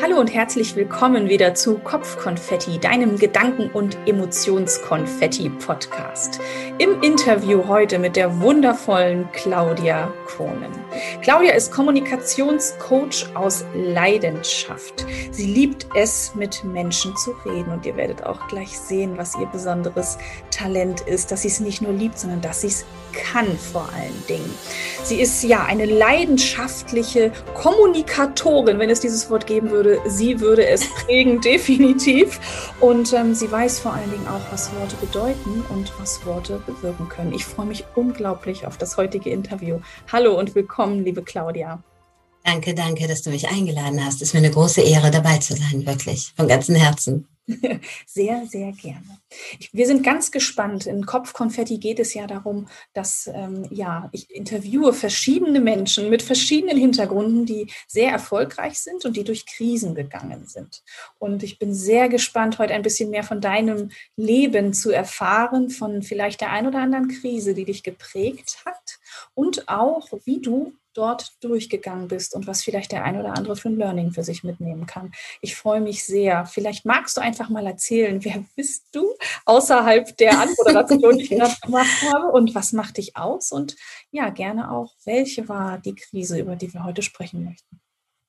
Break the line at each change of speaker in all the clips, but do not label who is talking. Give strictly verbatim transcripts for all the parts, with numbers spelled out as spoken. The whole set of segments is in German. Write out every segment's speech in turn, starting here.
Hallo und herzlich willkommen wieder zu Kopfkonfetti, deinem Gedanken- und Emotionskonfetti-Podcast. Im Interview heute mit der wundervollen Claudia Kohnen. Claudia ist Kommunikationscoach aus Leidenschaft. Sie liebt es, mit Menschen zu reden und ihr werdet auch gleich sehen, was ihr besonderes Talent ist, dass sie es nicht nur liebt, sondern dass sie es kann vor allen Dingen. Sie ist ja eine leidenschaftliche Kommunikatorin, wenn es dieses Wort geben würde. Sie würde es prägen, definitiv. Und ähm, sie weiß vor allen Dingen auch, was Worte bedeuten und was Worte bewirken können. Ich freue mich unglaublich auf das heutige Interview. Hallo und willkommen, liebe Claudia.
Danke, danke, dass du mich eingeladen hast. Es ist mir eine große Ehre, dabei zu sein, wirklich, von ganzem Herzen.
Sehr, sehr gerne. Ich, wir sind ganz gespannt. In Kopfkonfetti geht es ja darum, dass ähm, ja, ich interviewe verschiedene Menschen mit verschiedenen Hintergründen, die sehr erfolgreich sind und die durch Krisen gegangen sind. Und ich bin sehr gespannt, heute ein bisschen mehr von deinem Leben zu erfahren, von vielleicht der ein oder anderen Krise, die dich geprägt hat und auch, wie du dort durchgegangen bist und was vielleicht der ein oder andere für ein Learning für sich mitnehmen kann. Ich freue mich sehr. Vielleicht magst du einfach mal erzählen, wer bist du außerhalb der Anmoderation, die ich gerade gemacht habe, und was macht dich aus? Und ja, gerne auch, welche war die Krise, über die wir heute sprechen möchten?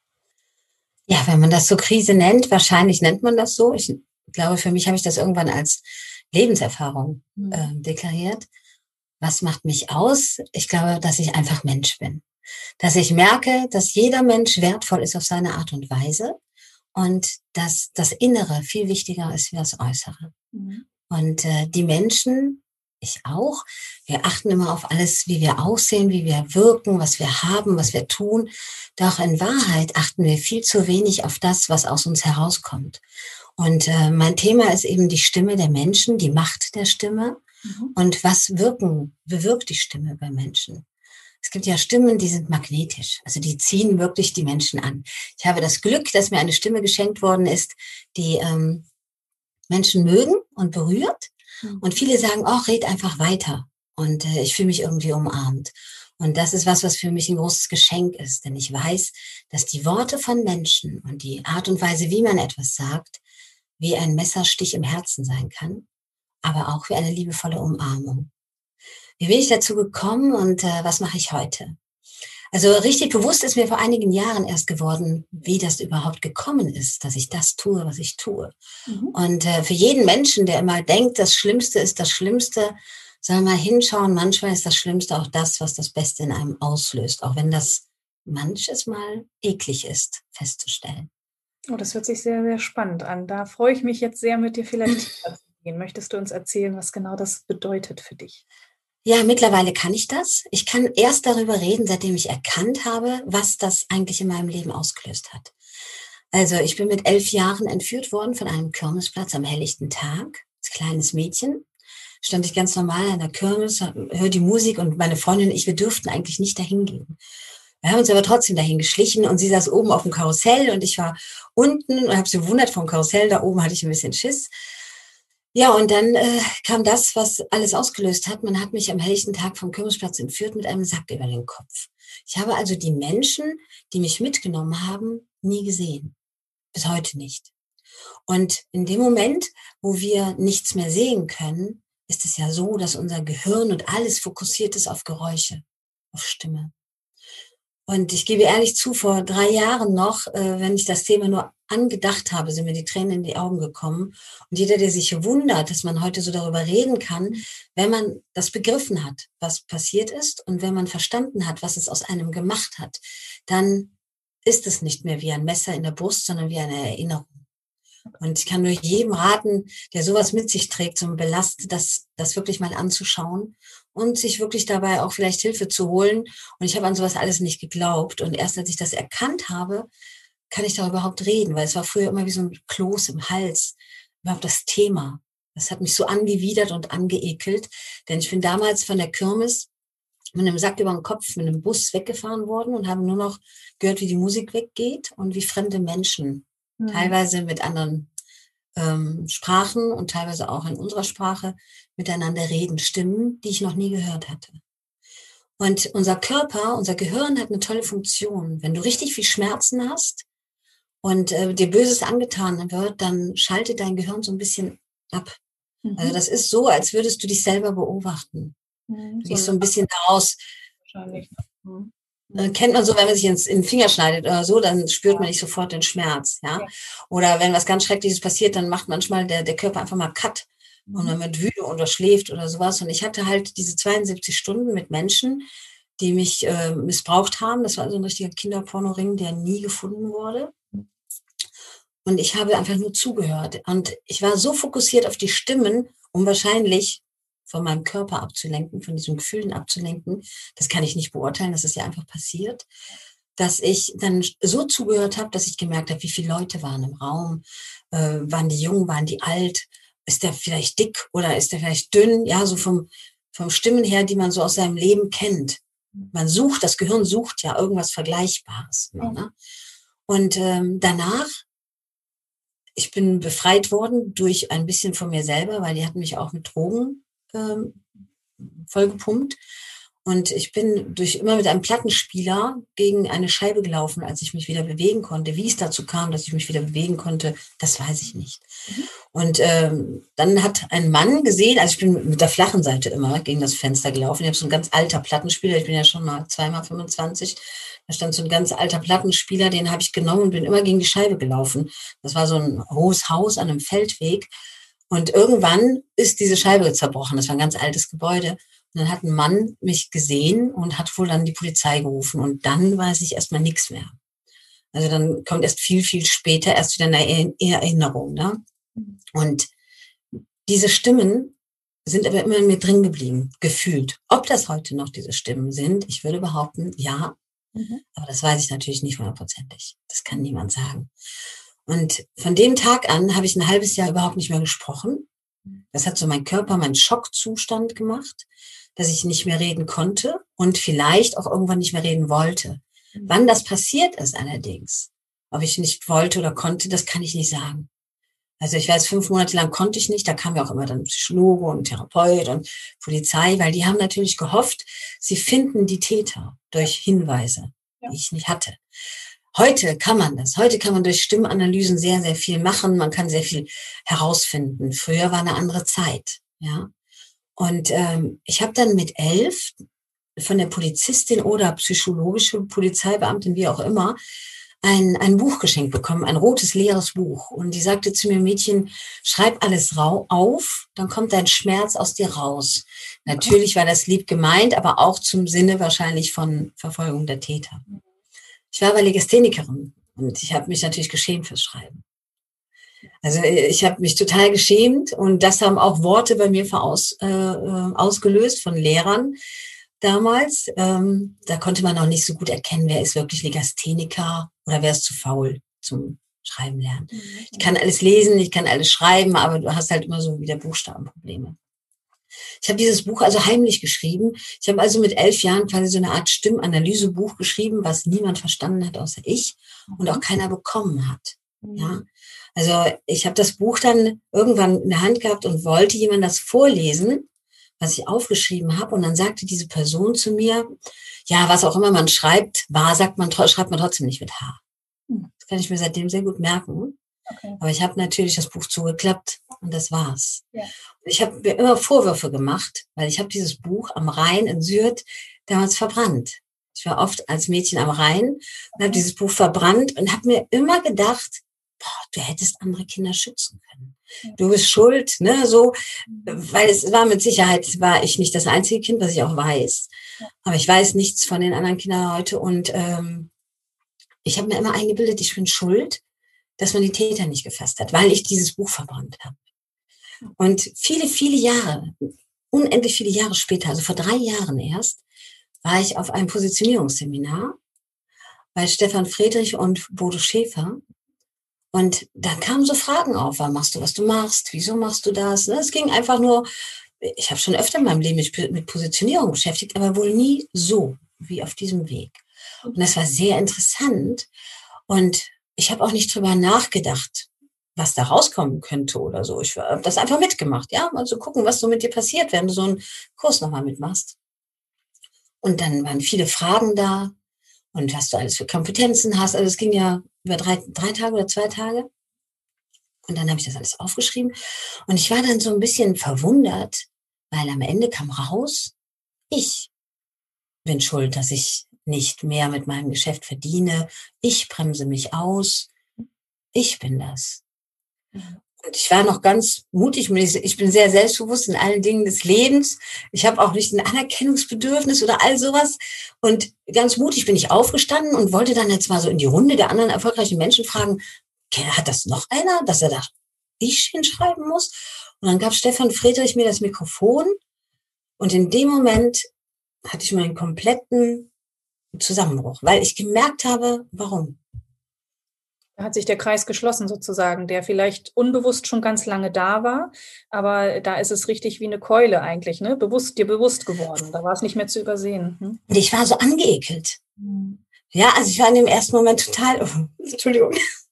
Ja, wenn man das so Krise nennt, wahrscheinlich nennt man das so. Ich glaube, für mich habe ich das irgendwann als Lebenserfahrung äh, deklariert. Was macht mich aus? Ich glaube, dass ich einfach Mensch bin. Dass ich merke, dass jeder Mensch wertvoll ist auf seine Art und Weise und dass das Innere viel wichtiger ist wie das Äußere. Mhm. Und äh, die Menschen, ich auch, wir achten immer auf alles, wie wir aussehen, wie wir wirken, was wir haben, was wir tun. Doch in Wahrheit achten wir viel zu wenig auf das, was aus uns herauskommt. Und äh, mein Thema ist eben die Stimme der Menschen, die Macht der Stimme. Mhm. Und was wirken, bewirkt die Stimme bei Menschen? Es gibt ja Stimmen, die sind magnetisch, also die ziehen wirklich die Menschen an. Ich habe das Glück, dass mir eine Stimme geschenkt worden ist, die ähm, Menschen mögen und berührt. Mhm. Und viele sagen, oh, red einfach weiter. Und äh, ich fühle mich irgendwie umarmt. Und das ist was, was für mich ein großes Geschenk ist. Denn ich weiß, dass die Worte von Menschen und die Art und Weise, wie man etwas sagt, wie ein Messerstich im Herzen sein kann, aber auch wie eine liebevolle Umarmung. Wie bin ich dazu gekommen und äh, was mache ich heute? Also richtig bewusst ist mir vor einigen Jahren erst geworden, wie das überhaupt gekommen ist, dass ich das tue, was ich tue. Mhm. Und äh, für jeden Menschen, der immer denkt, das Schlimmste ist das Schlimmste, soll mal hinschauen, manchmal ist das Schlimmste auch das, was das Beste in einem auslöst, auch wenn das manches Mal eklig ist, festzustellen.
Oh, das hört sich sehr, sehr spannend an. Da freue ich mich jetzt sehr, mit dir vielleicht tiefer zu gehen. Möchtest du uns erzählen, was genau das bedeutet für dich?
Ja, mittlerweile kann ich das. Ich kann erst darüber reden, seitdem ich erkannt habe, was das eigentlich in meinem Leben ausgelöst hat. Also ich bin mit elf Jahren entführt worden von einem Kirmesplatz am helllichten Tag. Als kleines Mädchen stand ich ganz normal an der Kirmes, höre die Musik und meine Freundin und ich, wir dürften eigentlich nicht dahin gehen. Wir haben uns aber trotzdem dahin geschlichen und sie saß oben auf dem Karussell und ich war unten und habe sie gewundert vom Karussell. Da oben hatte ich ein bisschen Schiss. Ja, und dann äh, kam das, was alles ausgelöst hat. Man hat mich am helllichten Tag vom Kirmesplatz entführt mit einem Sack über den Kopf. Ich habe also die Menschen, die mich mitgenommen haben, nie gesehen. Bis heute nicht. Und in dem Moment, wo wir nichts mehr sehen können, ist es ja so, dass unser Gehirn und alles fokussiert ist auf Geräusche, auf Stimme. Und ich gebe ehrlich zu, vor drei Jahren noch, äh, wenn ich das Thema nur angedacht habe, sind mir die Tränen in die Augen gekommen. Und jeder, der sich wundert, dass man heute so darüber reden kann, wenn man das begriffen hat, was passiert ist und wenn man verstanden hat, was es aus einem gemacht hat, dann ist es nicht mehr wie ein Messer in der Brust, sondern wie eine Erinnerung. Und ich kann nur jedem raten, der sowas mit sich trägt, so ein Belast, das, das wirklich mal anzuschauen und sich wirklich dabei auch vielleicht Hilfe zu holen. Und ich habe an sowas alles nicht geglaubt. Und erst als ich das erkannt habe, kann ich darüber überhaupt reden, weil es war früher immer wie so ein Kloß im Hals, überhaupt das Thema. Das hat mich so angewidert und angeekelt, denn ich bin damals von der Kirmes mit einem Sack über den Kopf mit einem Bus weggefahren worden und habe nur noch gehört, wie die Musik weggeht und wie fremde Menschen, mhm. teilweise mit anderen ähm, Sprachen und teilweise auch in unserer Sprache miteinander reden, Stimmen, die ich noch nie gehört hatte. Und unser Körper, unser Gehirn hat eine tolle Funktion. Wenn du richtig viel Schmerzen hast und äh, dir Böses angetan wird, dann schaltet dein Gehirn so ein bisschen ab. Mhm. Also das ist so, als würdest du dich selber beobachten. Mhm. Du gehst so ein bisschen daraus. Wahrscheinlich. Mhm. Äh, kennt man so, wenn man sich ins, in den Finger schneidet oder so, dann spürt ja. man nicht sofort den Schmerz. Ja? ja? Oder wenn was ganz Schreckliches passiert, dann macht manchmal der, der Körper einfach mal Cut. Mhm. Und man wird müde oder schläft oder sowas. Und ich hatte halt diese zweiundsiebzig Stunden mit Menschen, die mich äh, missbraucht haben. Das war also ein richtiger Kinderpornoring, der nie gefunden wurde. Und ich habe einfach nur zugehört. Und ich war so fokussiert auf die Stimmen, um wahrscheinlich von meinem Körper abzulenken, von diesen Gefühlen abzulenken. Das kann ich nicht beurteilen, das ist ja einfach passiert. Dass ich dann so zugehört habe, dass ich gemerkt habe, wie viele Leute waren im Raum. Äh, waren die jung, waren die alt? Ist der vielleicht dick oder ist der vielleicht dünn? Ja, so vom, vom Stimmen her, die man so aus seinem Leben kennt. Man sucht, das Gehirn sucht ja irgendwas Vergleichbares. Ja. Ne? Und ähm, danach, ich bin befreit worden durch ein bisschen von mir selber, weil die hatten mich auch mit Drogen ähm, vollgepumpt. Und ich bin durch immer mit einem Plattenspieler gegen eine Scheibe gelaufen, als ich mich wieder bewegen konnte. Wie es dazu kam, dass ich mich wieder bewegen konnte, das weiß ich nicht. Mhm. Und ähm, dann hat ein Mann gesehen, also ich bin mit der flachen Seite immer gegen das Fenster gelaufen. Ich habe so ein ganz alter Plattenspieler, ich bin ja schon mal zweimal fünfundzwanzig. Da stand so ein ganz alter Plattenspieler, den habe ich genommen und bin immer gegen die Scheibe gelaufen. Das war so ein hohes Haus an einem Feldweg. Und irgendwann ist diese Scheibe zerbrochen. Das war ein ganz altes Gebäude. Und dann hat ein Mann mich gesehen und hat wohl dann die Polizei gerufen. Und dann weiß ich erstmal nichts mehr. Also dann kommt erst viel, viel später erst wieder eine Erinnerung. Ne? Und diese Stimmen sind aber immer in mir drin geblieben, gefühlt. Ob das heute noch diese Stimmen sind, ich würde behaupten, ja. Mhm. Aber das weiß ich natürlich nicht hundertprozentig. Das kann niemand sagen. Und von dem Tag an habe ich ein halbes Jahr überhaupt nicht mehr gesprochen. Das hat so mein Körper, meinen Schockzustand gemacht, dass ich nicht mehr reden konnte und vielleicht auch irgendwann nicht mehr reden wollte. Mhm. Wann das passiert ist allerdings, ob ich nicht wollte oder konnte, das kann ich nicht sagen. Also ich weiß, fünf Monate lang konnte ich nicht, da kam ja auch immer dann Psychologe und Therapeut und Polizei, weil die haben natürlich gehofft, sie finden die Täter durch Hinweise, ja. die ich nicht hatte. Heute kann man das. Heute kann man durch Stimmanalysen sehr, sehr viel machen. Man kann sehr viel herausfinden. Früher war eine andere Zeit, ja. Und ähm, ich habe dann mit elf von der Polizistin oder psychologische Polizeibeamtin, wie auch immer, ein, ein Buch geschenkt bekommen, ein rotes, leeres Buch. Und die sagte zu mir, Mädchen, schreib alles rau auf, dann kommt dein Schmerz aus dir raus. Natürlich war das lieb gemeint, aber auch zum Sinne wahrscheinlich von Verfolgung der Täter. Ich war aber Legasthenikerin und ich habe mich natürlich geschämt fürs Schreiben. Also ich habe mich total geschämt und das haben auch Worte bei mir voraus, äh, ausgelöst von Lehrern damals. Ähm, da konnte man noch nicht so gut erkennen, wer ist wirklich Legastheniker oder wer ist zu faul zum Schreiben lernen. Ich kann alles lesen, ich kann alles schreiben, aber du hast halt immer so wieder Buchstabenprobleme. Ich habe dieses Buch also heimlich geschrieben. Ich habe also mit elf Jahren quasi so eine Art Stimmanalysebuch geschrieben, was niemand verstanden hat außer ich und auch keiner bekommen hat. Ja, also ich habe das Buch dann irgendwann in der Hand gehabt und wollte jemand das vorlesen, was ich aufgeschrieben habe. Und dann sagte diese Person zu mir, ja, was auch immer man schreibt, wahr sagt man, schreibt man trotzdem nicht mit H. Das kann ich mir seitdem sehr gut merken. Okay. Aber ich habe natürlich das Buch zugeklappt und das war's. Ja. Und ich habe mir immer Vorwürfe gemacht, weil ich habe dieses Buch am Rhein in Sürth damals verbrannt. Ich war oft als Mädchen am Rhein und okay. habe dieses Buch verbrannt und habe mir immer gedacht, boah, du hättest andere Kinder schützen können. Ja. Du bist schuld, ne, so, weil es war mit Sicherheit, war ich nicht das einzige Kind, was ich auch weiß. Ja. Aber ich weiß nichts von den anderen Kindern heute und ähm, ich habe mir immer eingebildet, ich bin schuld, dass man die Täter nicht gefasst hat, weil ich dieses Buch verbrannt habe. Und viele, viele Jahre, unendlich viele Jahre später, also vor drei Jahren erst, war ich auf einem Positionierungsseminar bei Stefan Friedrich und Bodo Schäfer. Und da kamen so Fragen auf, warum machst du, was du machst, wieso machst du das? Es ging einfach nur, ich habe schon öfter in meinem Leben mit Positionierung beschäftigt, aber wohl nie so wie auf diesem Weg. Und das war sehr interessant. Und ich habe auch nicht drüber nachgedacht, was da rauskommen könnte oder so. Ich habe das einfach mitgemacht, ja, mal so gucken, was so mit dir passiert, wenn du so einen Kurs nochmal mitmachst. Und dann waren viele Fragen da. und was du alles für Kompetenzen hast. Also es ging ja über drei, drei Tage oder zwei Tage. Und dann habe ich das alles aufgeschrieben. Und ich war dann so ein bisschen verwundert, weil am Ende kam raus, ich bin schuld, dass ich nicht mehr mit meinem Geschäft verdiene. Ich bremse mich aus. Ich bin das. Und ich war noch ganz mutig. Ich bin sehr selbstbewusst in allen Dingen des Lebens. Ich habe auch nicht ein Anerkennungsbedürfnis oder all sowas. Und ganz mutig bin ich aufgestanden und wollte dann jetzt mal so in die Runde der anderen erfolgreichen Menschen fragen, hat das noch einer, dass er da ich hinschreiben muss? Und dann gab Stefan Friedrich mir das Mikrofon. Und in dem Moment hatte ich meinen kompletten Zusammenbruch, weil ich gemerkt habe, warum.
Da hat sich der Kreis geschlossen sozusagen, der vielleicht unbewusst schon ganz lange da war, aber da ist es richtig wie eine Keule eigentlich, ne? Bewusst, dir bewusst geworden. Da war es nicht mehr zu übersehen. Hm?
Und ich war so angeekelt. Hm. Ja, also ich war in dem ersten Moment total, oh, Entschuldigung.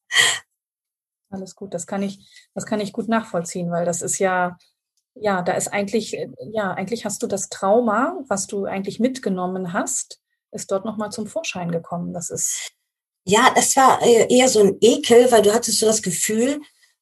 Alles gut, das kann ich, das kann ich gut nachvollziehen, weil das ist ja, ja, da ist eigentlich, ja, eigentlich hast du das Trauma, was du eigentlich mitgenommen hast, ist dort nochmal zum Vorschein gekommen. Das ist.
Ja, das war eher so ein Ekel, weil du hattest so das Gefühl,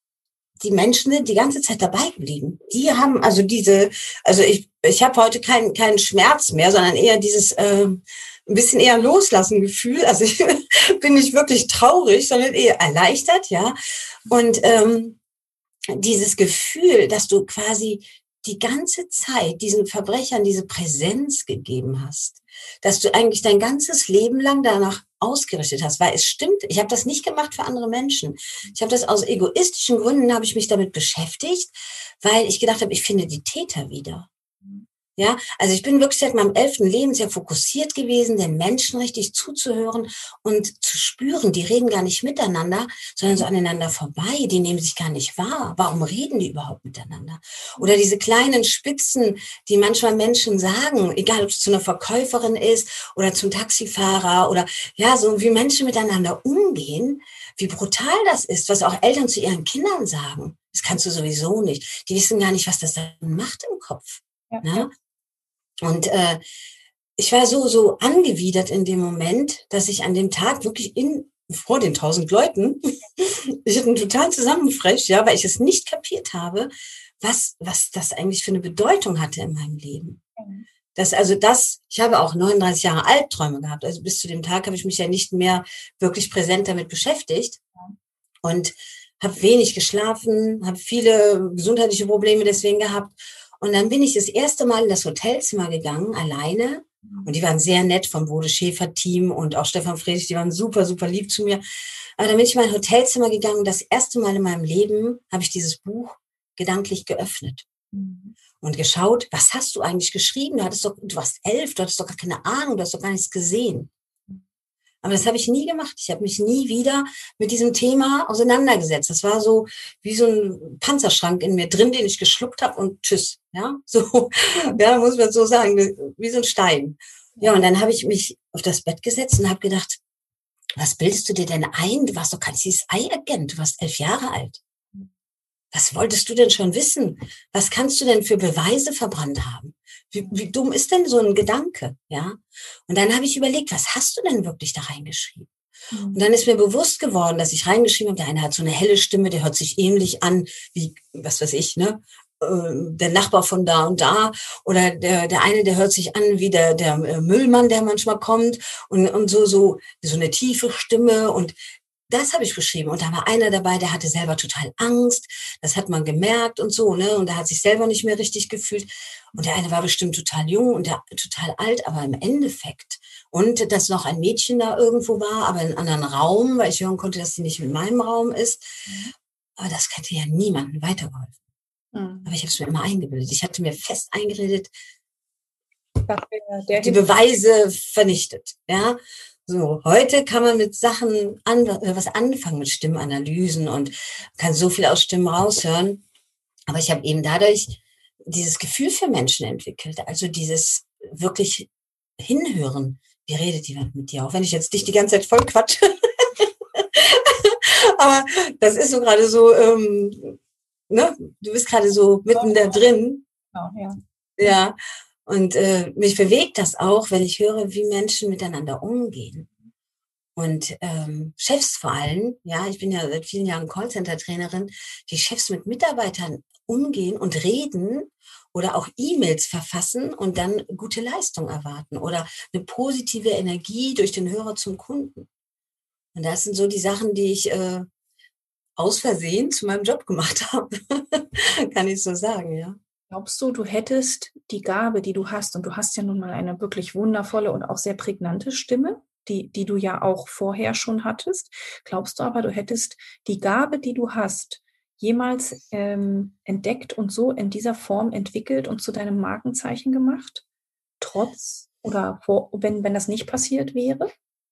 die Menschen sind die ganze Zeit dabei geblieben. Die haben also diese, also ich, ich habe heute keinen keinen Schmerz mehr, sondern eher dieses äh, ein bisschen eher loslassen Gefühl. Also ich bin nicht wirklich traurig, sondern eher erleichtert, ja. Und ähm, dieses Gefühl, dass du quasi die ganze Zeit diesen Verbrechern diese Präsenz gegeben hast, dass du eigentlich dein ganzes Leben lang danach ausgerichtet hast, weil es stimmt, ich habe das nicht gemacht für andere Menschen. Ich habe das aus egoistischen Gründen, habe ich mich damit beschäftigt, weil ich gedacht habe, ich finde die Täter wieder. Ja, also ich bin wirklich seit meinem elften Lebensjahr fokussiert gewesen, den Menschen richtig zuzuhören und zu spüren, die reden gar nicht miteinander, sondern so aneinander vorbei, die nehmen sich gar nicht wahr. Warum reden die überhaupt miteinander? Oder diese kleinen Spitzen, die manchmal Menschen sagen, egal ob es zu einer Verkäuferin ist oder zum Taxifahrer oder ja, so wie Menschen miteinander umgehen, wie brutal das ist, was auch Eltern zu ihren Kindern sagen. Das kannst du sowieso nicht. Die wissen gar nicht, was das dann macht im Kopf.
Ja,
ne?
ja.
Und äh, ich war so so angewidert in dem Moment, dass ich an dem Tag wirklich in vor den tausend Leuten, ich hatte einen totalen Zusammenfresh, ja, weil ich es nicht kapiert habe, was was das eigentlich für eine Bedeutung hatte in meinem Leben.
Mhm.
Das also das, ich habe auch neununddreißig Jahre Albträume gehabt. Also bis zu dem Tag habe ich mich ja nicht mehr wirklich präsent damit beschäftigt und habe wenig geschlafen, habe viele gesundheitliche Probleme deswegen gehabt. Und dann bin ich das erste Mal in das Hotelzimmer gegangen, alleine. Und die waren sehr nett vom Bode Schäfer-Team und auch Stefan Friedrich, die waren super, super lieb zu mir. Aber dann bin ich in mein Hotelzimmer gegangen und das erste Mal in meinem Leben habe ich dieses Buch gedanklich geöffnet. Mhm. Und geschaut, was hast du eigentlich geschrieben? Du hattest doch, du warst elf, du hattest doch gar keine Ahnung, du hast doch gar nichts gesehen. Aber das habe ich nie gemacht. Ich habe mich nie wieder mit diesem Thema auseinandergesetzt. Das war so wie so ein Panzerschrank in mir drin, den ich geschluckt habe und tschüss. Ja, so, ja, muss man so sagen, wie so ein Stein. Ja, und dann habe ich mich auf das Bett gesetzt und habe gedacht, was bildest du dir denn ein? Du warst doch kein C S I-Agent, du warst elf Jahre alt. Was wolltest du denn schon wissen? Was kannst du denn für Beweise verbrannt haben? Wie, wie dumm ist denn so ein Gedanke, ja? Und dann habe ich überlegt, was hast du denn wirklich da reingeschrieben? Mhm. Und dann ist mir bewusst geworden, dass ich reingeschrieben habe, der eine hat so eine helle Stimme, der hört sich ähnlich an wie, was weiß ich, ne? Der Nachbar von da und da oder der der eine, der hört sich an wie der der Müllmann, der manchmal kommt und und so so so eine tiefe Stimme und das habe ich beschrieben. Und da war einer dabei, der hatte selber total Angst. Das hat man gemerkt und so, ne? Und der hat sich selber nicht mehr richtig gefühlt. Und der eine war bestimmt total jung und der total alt, aber im Endeffekt. Und dass noch ein Mädchen da irgendwo war, aber in einem anderen Raum, weil ich hören konnte, dass sie nicht in meinem Raum ist. Aber das hätte ja niemandem weitergeholfen. Mhm. Aber ich habe es mir immer eingebildet. Ich hatte mir fest eingeredet,
der, der
die Beweise vernichtet, ja. So, heute kann man mit Sachen an, was anfangen, mit Stimmanalysen und kann so viel aus Stimmen raushören. Aber ich habe eben dadurch dieses Gefühl für Menschen entwickelt. Also dieses wirklich hinhören. Wie redet jemand mit dir? Auch wenn ich jetzt dich die ganze Zeit voll quatsche. Aber das ist so gerade so, ähm, ne? Du bist gerade so mitten da drin.
Ja, ja.
Ja. Und äh, mich bewegt das auch, wenn ich höre, wie Menschen miteinander umgehen. Und ähm, Chefs vor allem, ja, ich bin ja seit vielen Jahren Callcenter-Trainerin, die Chefs mit Mitarbeitern umgehen und reden oder auch E-Mails verfassen und dann gute Leistung erwarten oder eine positive Energie durch den Hörer zum Kunden. Und das sind so die Sachen, die ich äh, aus Versehen zu meinem Job gemacht habe. Kann ich so sagen, ja.
Glaubst du, du hättest die Gabe, die du hast, und du hast ja nun mal eine wirklich wundervolle und auch sehr prägnante Stimme, die, die du ja auch vorher schon hattest. Glaubst du aber, du hättest die Gabe, die du hast, jemals ähm, entdeckt und so in dieser Form entwickelt und zu deinem Markenzeichen gemacht? Trotz oder vor, wenn, wenn das nicht passiert wäre?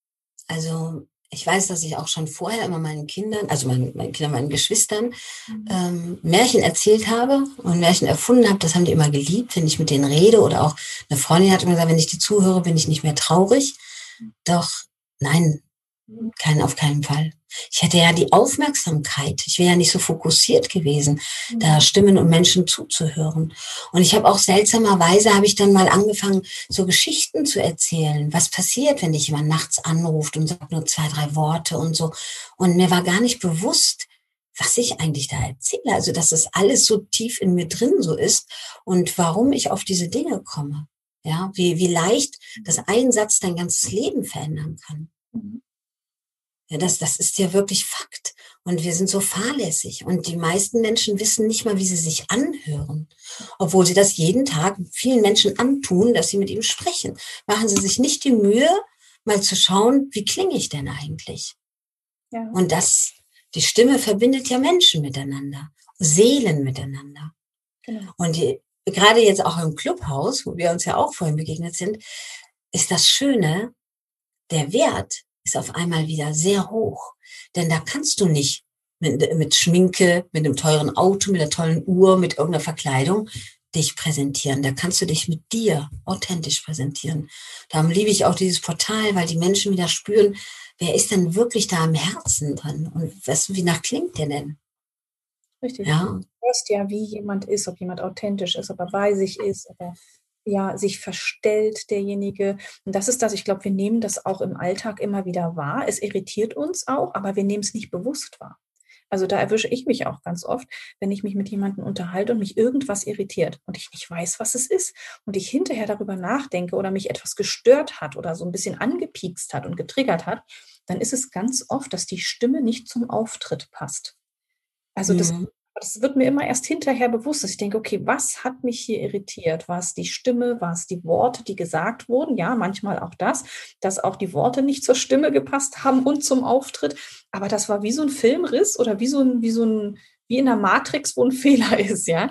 Also ich weiß, dass ich auch schon vorher immer meinen Kindern, also meinen, meinen Kindern, meinen Geschwistern,
Mhm.
ähm, Märchen erzählt habe und Märchen erfunden habe. Das haben die immer geliebt, wenn ich mit denen rede. Oder auch eine Freundin hat immer gesagt, wenn ich die zuhöre, bin ich nicht mehr traurig. Doch nein, kein, auf keinen Fall. Ich hätte ja die Aufmerksamkeit. Ich wäre ja nicht so fokussiert gewesen, da
Mhm.
Stimmen und Menschen zuzuhören. Und ich habe auch seltsamerweise, habe ich dann mal angefangen, so Geschichten zu erzählen. Was passiert, wenn dich jemand nachts anruft und sagt nur zwei, drei Worte und so. Und mir war gar nicht bewusst, was ich eigentlich da erzähle. Also, dass es alles so tief in mir drin so ist und warum ich auf diese Dinge komme. Ja, wie, wie leicht das ein Satz dein ganzes Leben verändern kann.
Mhm.
Ja, das, das ist ja wirklich Fakt. Und wir sind so fahrlässig. Und die meisten Menschen wissen nicht mal, wie sie sich anhören. Obwohl sie das jeden Tag vielen Menschen antun, dass sie mit ihm sprechen. Machen sie sich nicht die Mühe, mal zu schauen, wie klinge ich denn eigentlich?
Ja,
Und das, die Stimme verbindet ja Menschen miteinander, Seelen miteinander.
genau.
Und die, gerade jetzt auch im Clubhaus, wo wir uns ja auch vorhin begegnet sind, ist das Schöne, der Wert ist auf einmal wieder sehr hoch. Denn da kannst du nicht mit, mit Schminke, mit einem teuren Auto, mit einer tollen Uhr, mit irgendeiner Verkleidung dich präsentieren. Da kannst du dich mit dir authentisch präsentieren. Darum liebe ich auch dieses Portal, weil die Menschen wieder spüren, wer ist denn wirklich da im Herzen drin? Und was, wie nach klingt der denn?
Richtig.
Ja,
Du hörst ja, wie jemand ist, ob jemand authentisch ist, ob er bei sich ist, ob er ja sich verstellt, derjenige. Und das ist das, ich glaube, wir nehmen das auch im Alltag immer wieder wahr. Es irritiert uns auch, aber wir nehmen es nicht bewusst wahr. Also da erwische ich mich auch ganz oft, wenn ich mich mit jemandem unterhalte und mich irgendwas irritiert und ich nicht weiß, was es ist und ich hinterher darüber nachdenke oder mich etwas gestört hat oder so ein bisschen angepiekst hat und getriggert hat, dann ist es ganz oft, dass die Stimme nicht zum Auftritt passt. Also, das
mhm.
das wird mir immer erst hinterher bewusst, dass ich denke: „Okay, was hat mich hier irritiert? War es die Stimme? War es die Worte, die gesagt wurden?“ Ja, manchmal auch das, dass auch die Worte nicht zur Stimme gepasst haben und zum Auftritt. Aber das war wie so 'n Filmriss oder wie so 'n wie so 'n wie in der Matrix, wo 'n Fehler ist, ja?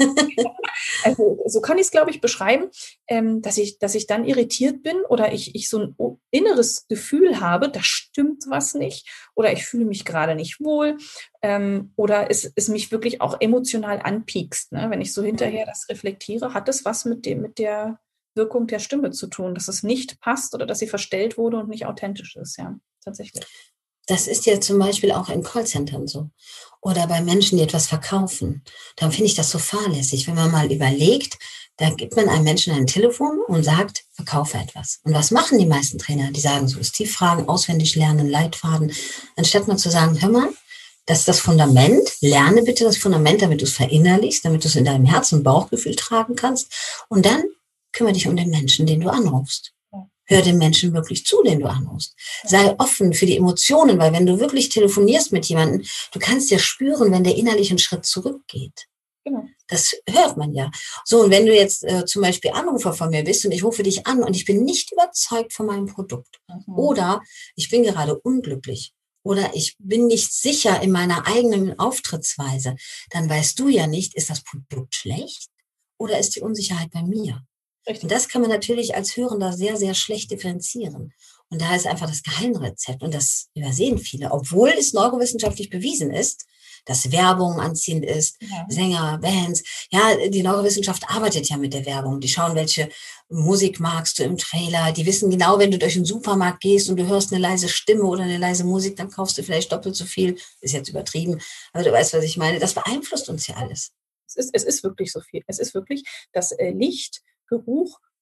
Also, so kann ich es, glaube ich, beschreiben, ähm, dass ich dass ich dann irritiert bin oder ich ich so ein o inneres Gefühl habe, da stimmt was nicht oder ich fühle mich gerade nicht wohl, ähm, oder es es mich wirklich auch emotional anpiekst, ne? Wenn ich so hinterher das reflektiere, hat das was mit dem mit der Wirkung der Stimme zu tun, dass es nicht passt oder dass sie verstellt wurde und nicht authentisch ist, ja, tatsächlich.
Das ist ja zum Beispiel auch in Callcentern so. Oder bei Menschen, die etwas verkaufen. Dann finde ich das so fahrlässig, wenn man mal überlegt, da gibt man einem Menschen ein Telefon und sagt, verkaufe etwas. Und was machen die meisten Trainer? Die sagen so, Tieffragen, auswendig lernen, Leitfaden. Anstatt mal zu sagen, hör mal, das ist das Fundament, lerne bitte das Fundament, damit du es verinnerlichst, damit du es in deinem Herzen und Bauchgefühl tragen kannst. Und dann kümmere dich um den Menschen, den du anrufst.
Ja,
Hör dem Menschen wirklich zu, den du anrufst.
ja,
Sei offen für die Emotionen, weil wenn du wirklich telefonierst mit jemandem, du kannst ja spüren, wenn der innerlich einen Schritt zurückgeht.
genau.
Das hört man ja. So, und wenn du jetzt äh, zum Beispiel Anrufer von mir bist und ich rufe dich an und ich bin nicht überzeugt von meinem Produkt
Mhm.
oder ich bin gerade unglücklich oder ich bin nicht sicher in meiner eigenen Auftrittsweise, dann weißt du ja nicht, ist das Produkt schlecht oder ist die Unsicherheit bei mir? Und
Richtig.
das kann man natürlich als Hörender sehr, sehr schlecht differenzieren. Und da ist einfach das Geheimrezept. Und das übersehen viele, obwohl es neurowissenschaftlich bewiesen ist, dass Werbung anziehend ist,
Ja,
Sänger, Bands. Ja, die Neurowissenschaft arbeitet ja mit der Werbung. Die schauen, welche Musik magst du im Trailer. Die wissen genau, wenn du durch den Supermarkt gehst und du hörst eine leise Stimme oder eine leise Musik, dann kaufst du vielleicht doppelt so viel. Ist jetzt übertrieben, aber du weißt, was ich meine. Das beeinflusst uns ja alles.
es ist es ist wirklich so viel. Es ist wirklich das, äh, Licht, Geruch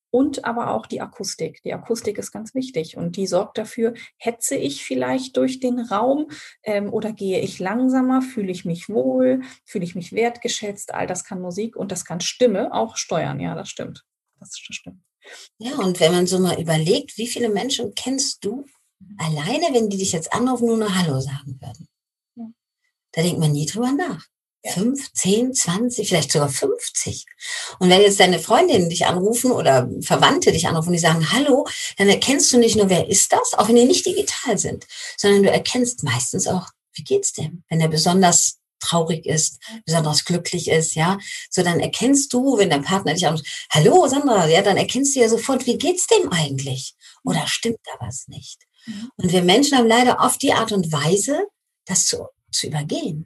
und aber auch die Akustik. Die Akustik ist ganz wichtig und die sorgt dafür, hetze ich vielleicht durch den Raum ähm, oder gehe ich langsamer, fühle ich mich wohl, fühle ich mich wertgeschätzt. All das kann Musik und das kann Stimme auch steuern. Ja, das stimmt. Das stimmt.
Ja, und wenn man so mal überlegt, wie viele Menschen kennst du alleine, wenn die dich jetzt anrufen, nur noch Hallo sagen würden?
Ja.
Da denkt man nie drüber nach.
Ja.
Fünf, zehn, zwanzig, vielleicht sogar fünfzig. Und wenn jetzt deine Freundinnen dich anrufen oder Verwandte dich anrufen, die sagen Hallo, dann erkennst du nicht nur, wer ist das, auch wenn die nicht digital sind, sondern du erkennst meistens auch, wie geht's dem, wenn er besonders traurig ist, besonders glücklich ist, ja, so dann erkennst du, wenn dein Partner dich anruft, Hallo Sandra, ja, dann erkennst du ja sofort, wie geht's dem eigentlich? Oder stimmt da was nicht?
Mhm.
Und wir Menschen haben leider oft die Art und Weise, das zu, zu übergehen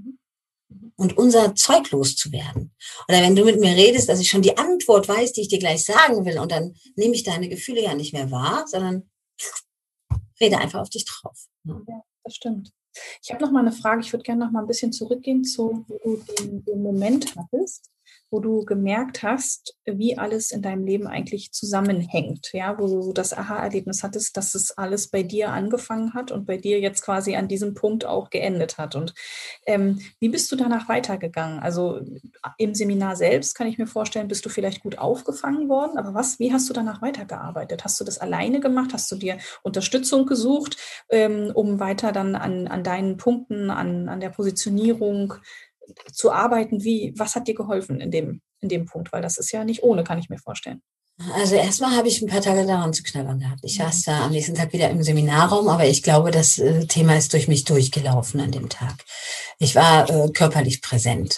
und unser Zeug loszuwerden. Oder wenn du mit mir redest, dass ich schon die Antwort weiß, die ich dir gleich sagen will, und dann nehme ich deine Gefühle ja nicht mehr wahr, sondern rede einfach auf dich drauf.
Ja, das stimmt. Ich habe noch mal eine Frage. Ich würde gerne noch mal ein bisschen zurückgehen zu, wo du den, den Moment hattest, wo du gemerkt hast, wie alles in deinem Leben eigentlich zusammenhängt, ja, wo du das Aha-Erlebnis hattest, dass es alles bei dir angefangen hat und bei dir jetzt quasi an diesem Punkt auch geendet hat. Und ähm, wie bist du danach weitergegangen? Also im Seminar selbst kann ich mir vorstellen, bist du vielleicht gut aufgefangen worden, aber was, wie hast du danach weitergearbeitet? Hast du das alleine gemacht? Hast du dir Unterstützung gesucht, ähm, um weiter dann an, an deinen Punkten, an, an der Positionierung zu arbeiten? Wie, was hat dir geholfen in dem, in dem Punkt? Weil das ist ja nicht ohne, kann ich mir vorstellen.
Also erstmal habe ich ein paar Tage daran zu knabbern gehabt. Ich saß da am nächsten Tag wieder im Seminarraum, aber ich glaube, das äh, Thema ist durch mich durchgelaufen an dem Tag. Ich war äh, körperlich präsent.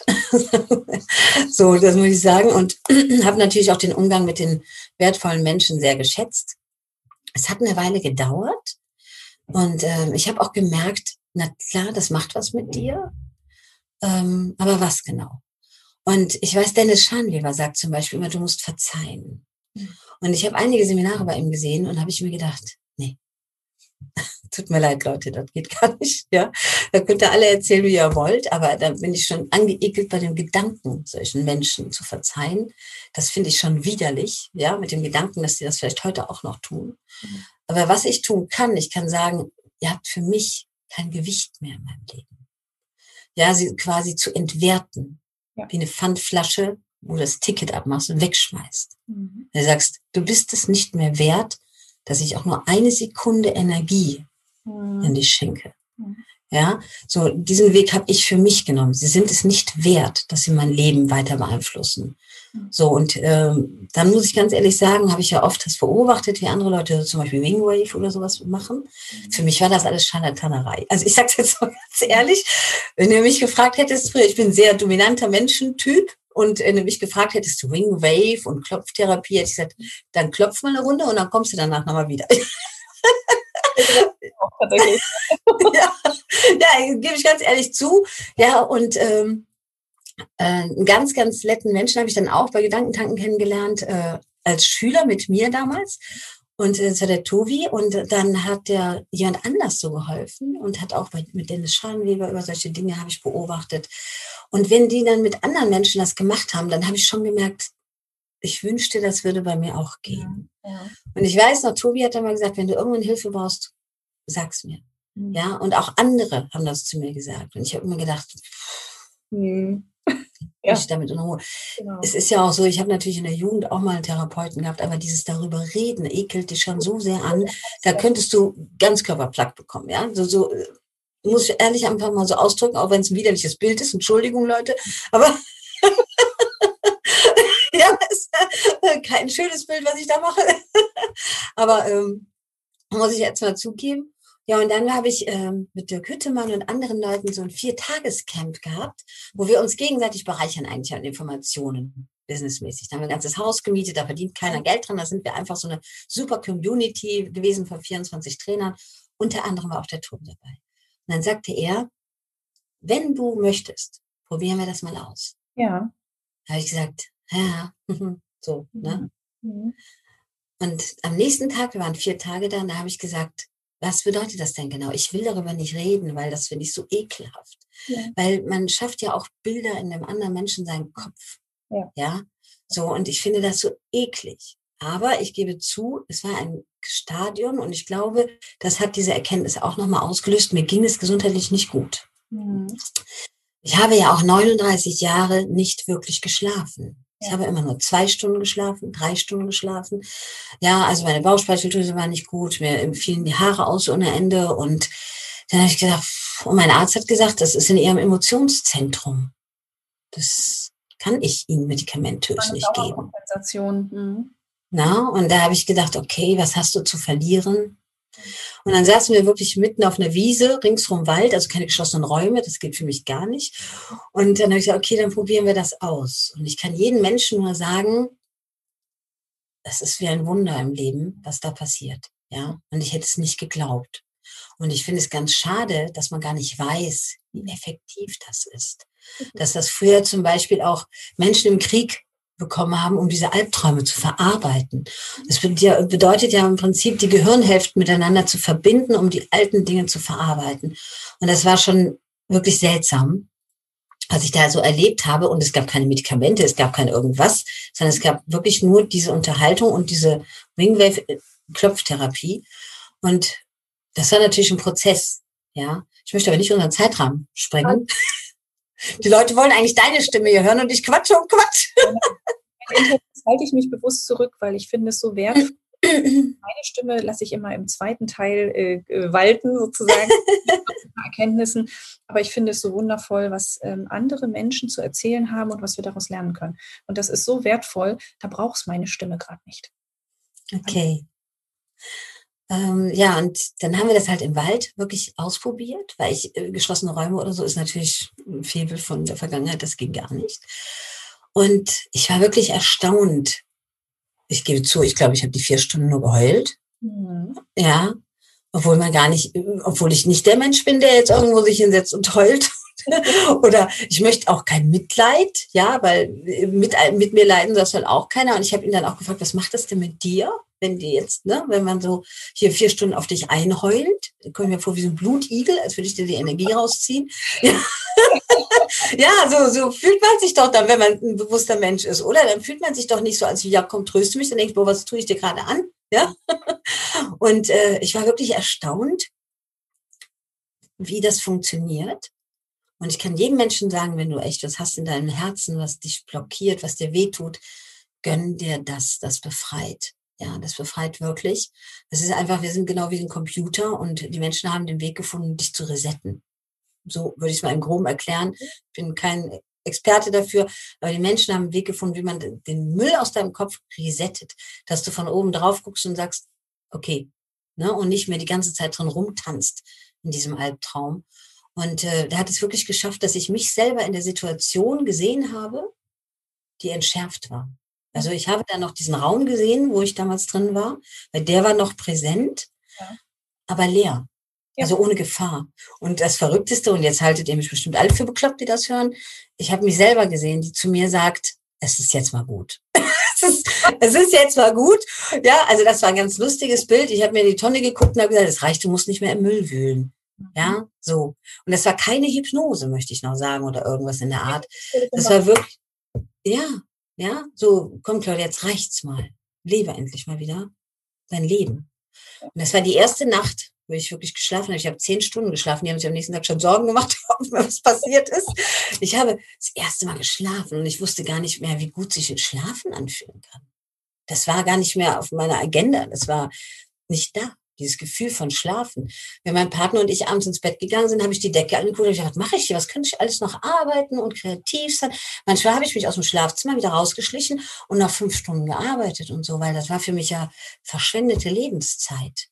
So, das muss ich sagen. Und habe natürlich auch den Umgang mit den wertvollen Menschen sehr geschätzt. Es hat eine Weile gedauert und äh, ich habe auch gemerkt, na klar, das macht was mit dir. Ähm, aber was genau? Und ich weiß, Dennis Schanweber sagt zum Beispiel immer, du musst verzeihen. Und ich habe einige Seminare bei ihm gesehen und habe ich mir gedacht, nee, tut mir leid, Leute, das geht gar nicht. Ja, da könnt ihr alle erzählen, wie ihr wollt, aber da bin ich schon angeekelt bei dem Gedanken, solchen Menschen zu verzeihen. Das finde ich schon widerlich, ja, mit dem Gedanken, dass sie das vielleicht heute auch noch tun. Mhm. Aber was ich tun kann, ich kann sagen, ihr habt für mich kein Gewicht mehr in meinem Leben. Ja, sie quasi zu entwerten, ja, wie eine Pfandflasche, wo du das Ticket abmachst und wegschmeißt. Mhm. Du sagst, du bist es nicht mehr wert, dass ich auch nur eine Sekunde Energie mhm. in dich schenke. Mhm. Ja, so diesen Weg habe ich für mich genommen. Sie sind es nicht wert, dass sie mein Leben weiter beeinflussen. Mhm. So, und ähm, dann muss ich ganz ehrlich sagen, habe ich ja oft das beobachtet, wie andere Leute zum Beispiel Wingwave oder sowas machen. Mhm. Für mich war das alles Scharlatanerei. Also ich sage es jetzt mal ganz ehrlich, wenn du mich gefragt hättest, früher, ich bin ein sehr dominanter Menschentyp, und wenn du mich gefragt hättest, du Wingwave und Klopftherapie, hätte ich gesagt, dann klopf mal eine Runde und dann kommst du danach nochmal wieder. ja, ja, gebe ich ganz ehrlich zu. Ja, und ähm, äh, einen ganz, ganz netten Menschen habe ich dann auch bei Gedankentanken kennengelernt, äh, als Schüler mit mir damals. Und äh, das war der Tobi. Und dann hat der jemand anders so geholfen und hat auch bei, mit Dennis Scharnweber über solche Dinge habe ich beobachtet. Und wenn die dann mit anderen Menschen das gemacht haben, dann habe ich schon gemerkt, ich wünschte, das würde bei mir auch gehen. Ja, ja. Und ich weiß noch, Tobi hat dann mal gesagt, wenn du irgendwann Hilfe brauchst, sag's mir. Mhm. Ja, und auch andere haben das zu mir gesagt. Und ich habe mir gedacht, mhm. Ja. Ich damit in Ruhe. Genau. Es ist ja auch so, ich habe natürlich in der Jugend auch mal einen Therapeuten gehabt, aber dieses darüber reden ekelt dich schon so sehr an, da könntest du Ganzkörperplaque bekommen. Ja, so, so muss ich ehrlich einfach mal so ausdrücken, auch wenn es ein widerliches Bild ist. Entschuldigung, Leute, aber ja, ist äh, kein schönes Bild, was ich da mache. Aber ähm, muss ich jetzt mal zugeben. Ja, und dann habe ich ähm, mit Dirk Hüttemann und anderen Leuten so ein Vier-Tages-Camp gehabt, wo wir uns gegenseitig bereichern eigentlich an Informationen, businessmäßig. Da haben wir ein ganzes Haus gemietet, da verdient keiner Geld dran. Da sind wir einfach so eine super Community gewesen von vierundzwanzig Trainern. Unter anderem war auch der Tobi dabei. Und dann sagte er, wenn du möchtest, probieren wir das mal aus.
Ja.
Da habe ich gesagt, ja, so, ne? Mhm. Und am nächsten Tag, wir waren vier Tage da, und da habe ich gesagt, was bedeutet das denn genau? Ich will darüber nicht reden, weil das finde ich so ekelhaft. Ja. Weil man schafft ja auch Bilder in dem anderen Menschen seinen Kopf. Ja. Ja. So, und ich finde das so eklig. Aber ich gebe zu, es war ein Stadium und ich glaube, das hat diese Erkenntnis auch nochmal ausgelöst. Mir ging es gesundheitlich nicht gut. Mhm. Ich habe ja auch neununddreißig Jahre nicht wirklich geschlafen. Ich ja. habe immer nur zwei Stunden geschlafen, drei Stunden geschlafen. Ja, also meine Bauchspeicheldrüse war nicht gut, mir fielen die Haare aus ohne Ende. Und dann habe ich gedacht, und mein Arzt hat gesagt, das ist in Ihrem Emotionszentrum. Das kann ich Ihnen medikamentös nicht geben.
Mhm.
Na, und da habe ich gedacht, okay, was hast du zu verlieren? Und dann saßen wir wirklich mitten auf einer Wiese, ringsrum Wald, also keine geschlossenen Räume, das geht für mich gar nicht. Und dann habe ich gesagt, okay, dann probieren wir das aus. Und ich kann jedem Menschen nur sagen, das ist wie ein Wunder im Leben, was da passiert. Ja, und ich hätte es nicht geglaubt. Und ich finde es ganz schade, dass man gar nicht weiß, wie effektiv das ist. Dass das früher zum Beispiel auch Menschen im Krieg bekommen haben, um diese Albträume zu verarbeiten. Das bedeutet ja im Prinzip, die Gehirnhälften miteinander zu verbinden, um die alten Dinge zu verarbeiten. Und das war schon wirklich seltsam, was ich da so erlebt habe. Und es gab keine Medikamente, es gab kein irgendwas, sondern es gab wirklich nur diese Unterhaltung und diese Wingwave-Klopftherapie. Und das war natürlich ein Prozess, ja. Ich möchte aber nicht unseren Zeitrahmen sprengen. Die Leute wollen eigentlich deine Stimme hier hören und ich quatsche und quatsch.
Jetzt halte ich mich bewusst zurück, weil ich finde es so wertvoll. Meine Stimme lasse ich immer im zweiten Teil äh, walten, sozusagen, Erkenntnissen. Aber ich finde es so wundervoll, was ähm, andere Menschen zu erzählen haben und was wir daraus lernen können. Und das ist so wertvoll, da braucht es meine Stimme gerade nicht.
Okay. Ähm, ja, und dann haben wir das halt im Wald wirklich ausprobiert, weil ich äh, geschlossene Räume oder so ist natürlich ein Faible von der Vergangenheit, das ging gar nicht. Und ich war wirklich erstaunt. Ich gebe zu, ich glaube, ich habe die vier Stunden nur geheult. Mhm. Ja, obwohl man gar nicht, obwohl ich nicht der Mensch bin, der jetzt irgendwo sich hinsetzt und heult. Oder ich möchte auch kein Mitleid, ja, weil mit, mit mir leiden soll halt auch keiner. Und ich habe ihn dann auch gefragt, was macht das denn mit dir, wenn die jetzt, ne, wenn man so hier vier Stunden auf dich einheult, dann komme ich mir vor wie so ein Blutigel, als würde ich dir die Energie rausziehen. Ja, ja, so, so fühlt man sich doch dann, wenn man ein bewusster Mensch ist, oder? Dann fühlt man sich doch nicht so, als wie, ja, komm, tröste mich, dann denke ich, boah, was tue ich dir gerade an? Ja. Und äh, ich war wirklich erstaunt, wie das funktioniert. Und ich kann jedem Menschen sagen, wenn du echt was hast in deinem Herzen, was dich blockiert, was dir wehtut, gönn dir das, das befreit. Ja, das befreit wirklich. Das ist einfach, wir sind genau wie ein Computer und die Menschen haben den Weg gefunden, dich zu resetten. So würde ich es mal im Groben erklären. Ich bin kein Experte dafür, aber die Menschen haben einen Weg gefunden, wie man den Müll aus deinem Kopf resettet, dass du von oben drauf guckst und sagst, okay, ne, und nicht mehr die ganze Zeit drin rumtanzt in diesem Albtraum. Und äh, der hat es wirklich geschafft, dass ich mich selber in der Situation gesehen habe, die entschärft war. Also ich habe da noch diesen Raum gesehen, wo ich damals drin war, weil der war noch präsent, ja, aber leer. Ja. Also ohne Gefahr. Und das Verrückteste, und jetzt haltet ihr mich bestimmt alle für bekloppt, die das hören, ich habe mich selber gesehen, die zu mir sagt, es ist jetzt mal gut. es, ist, es ist jetzt mal gut. Ja, also das war ein ganz lustiges Bild. Ich habe mir in die Tonne geguckt und habe gesagt, es reicht, du musst nicht mehr im Müll wühlen. Ja, so. Und das war keine Hypnose, möchte ich noch sagen, oder irgendwas in der Art. Das war wirklich, ja, ja, so, komm Claudia, jetzt reicht's mal. Lebe endlich mal wieder dein Leben. Und das war die erste Nacht, wo ich wirklich geschlafen habe. Ich habe zehn Stunden geschlafen. Die haben sich am nächsten Tag schon Sorgen gemacht, ob mir was passiert ist. Ich habe das erste Mal geschlafen und ich wusste gar nicht mehr, wie gut sich ein Schlafen anfühlen kann. Das war gar nicht mehr auf meiner Agenda. Das war nicht da. Dieses Gefühl von Schlafen. Wenn mein Partner und ich abends ins Bett gegangen sind, habe ich die Decke angeguckt und ich dachte, was mache ich hier? Was könnte ich alles noch arbeiten und kreativ sein? Manchmal habe ich mich aus dem Schlafzimmer wieder rausgeschlichen und nach fünf Stunden gearbeitet und so, weil das war für mich ja verschwendete Lebenszeit.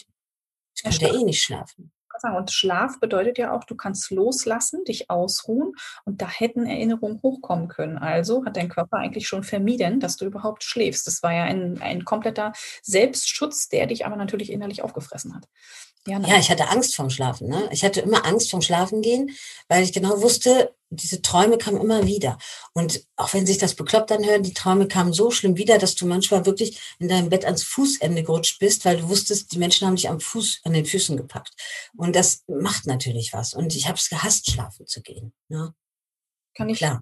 Ich konnte ja eh nicht schlafen.
Und Schlaf bedeutet ja auch, du kannst loslassen, dich ausruhen und da hätten Erinnerungen hochkommen können. Also hat dein Körper eigentlich schon vermieden, dass du überhaupt schläfst. Das war ja ein, ein kompletter Selbstschutz, der dich aber natürlich innerlich aufgefressen hat.
Ja, ja, ich hatte Angst vorm Schlafen. Ne? Ich hatte immer Angst vorm Schlafengehen, weil ich genau wusste, diese Träume kamen immer wieder. Und auch wenn sich das bekloppt anhört, die Träume kamen so schlimm wieder, dass du manchmal wirklich in deinem Bett ans Fußende gerutscht bist, weil du wusstest, die Menschen haben dich am Fuß, an den Füßen gepackt. Und das macht natürlich was. Und ich habe es gehasst, schlafen zu gehen. Ne?
Kann ich
Klar.